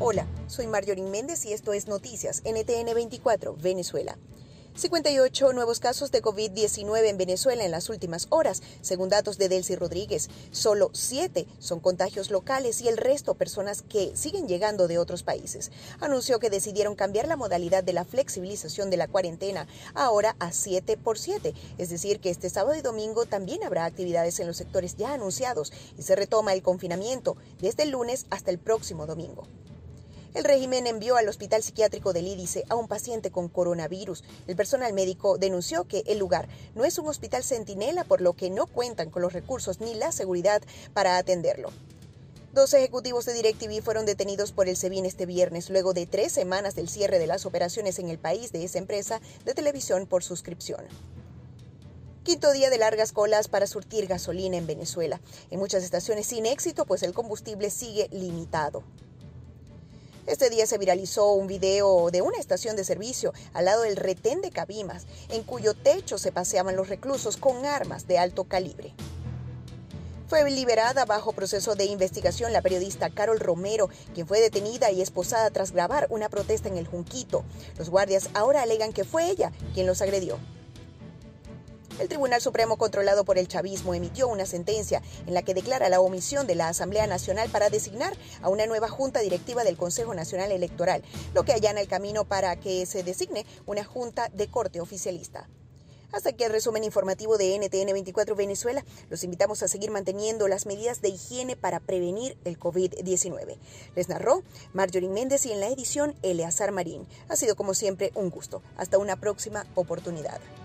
Hola, soy Marjorie Méndez y esto es Noticias NTN 24, Venezuela. 58 nuevos casos de COVID-19 en Venezuela en las últimas horas, según datos de Delcy Rodríguez. Solo 7 son contagios locales y el resto personas que siguen llegando de otros países. Anunció que decidieron cambiar la modalidad de la flexibilización de la cuarentena ahora a 7x7, es decir, que este sábado y domingo también habrá actividades en los sectores ya anunciados y se retoma el confinamiento desde el lunes hasta el próximo domingo. El régimen envió al Hospital Psiquiátrico del Lídice a un paciente con coronavirus. El personal médico denunció que el lugar no es un hospital centinela, por lo que no cuentan con los recursos ni la seguridad para atenderlo. 2 ejecutivos de DirecTV fueron detenidos por el SEBIN este viernes, luego de 3 semanas del cierre de las operaciones en el país de esa empresa de televisión por suscripción. Quinto día de largas colas para surtir gasolina en Venezuela. En muchas estaciones sin éxito, pues el combustible sigue limitado. Este día se viralizó un video de una estación de servicio al lado del retén de Cabimas, en cuyo techo se paseaban los reclusos con armas de alto calibre. Fue liberada bajo proceso de investigación la periodista Carol Romero, quien fue detenida y esposada tras grabar una protesta en el Junquito. Los guardias ahora alegan que fue ella quien los agredió. El Tribunal Supremo, controlado por el chavismo, emitió una sentencia en la que declara la omisión de la Asamblea Nacional para designar a una nueva junta directiva del Consejo Nacional Electoral, lo que allana el camino para que se designe una junta de corte oficialista. Hasta aquí el resumen informativo de NTN 24 Venezuela. Los invitamos a seguir manteniendo las medidas de higiene para prevenir el COVID-19. Les narró Marjorie Méndez y en la edición Eleazar Marín. Ha sido como siempre un gusto. Hasta una próxima oportunidad.